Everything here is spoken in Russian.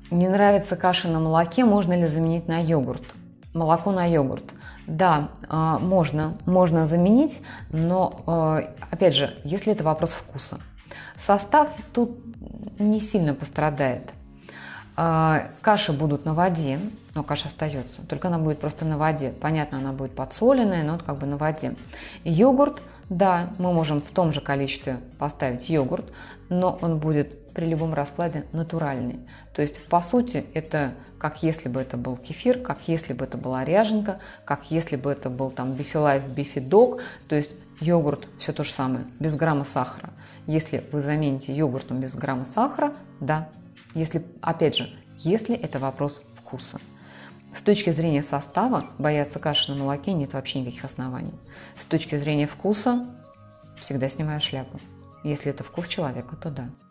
Не нравится каша на молоке, можно ли заменить на йогурт? Молоко на йогурт. Да, можно заменить, но, опять же, если это вопрос вкуса. Состав тут не сильно пострадает. Каши будут на воде, но каша остается, только она будет просто на воде. Понятно, она будет подсоленная, но вот как бы на воде. Йогурт, да, мы можем в том же количестве поставить йогурт, но он будет при любом раскладе натуральный. То есть, по сути, это как если бы это был кефир, как если бы это была ряженка, как если бы это был там бифилайф, бифидог. То есть йогурт все то же самое, без грамма сахара. Если вы замените йогуртом без грамма сахара, да. Если, опять же, если это вопрос вкуса. С точки зрения состава бояться каши на молоке нет вообще никаких оснований. С точки зрения вкуса всегда снимаю шляпу. Если это вкус человека, то да.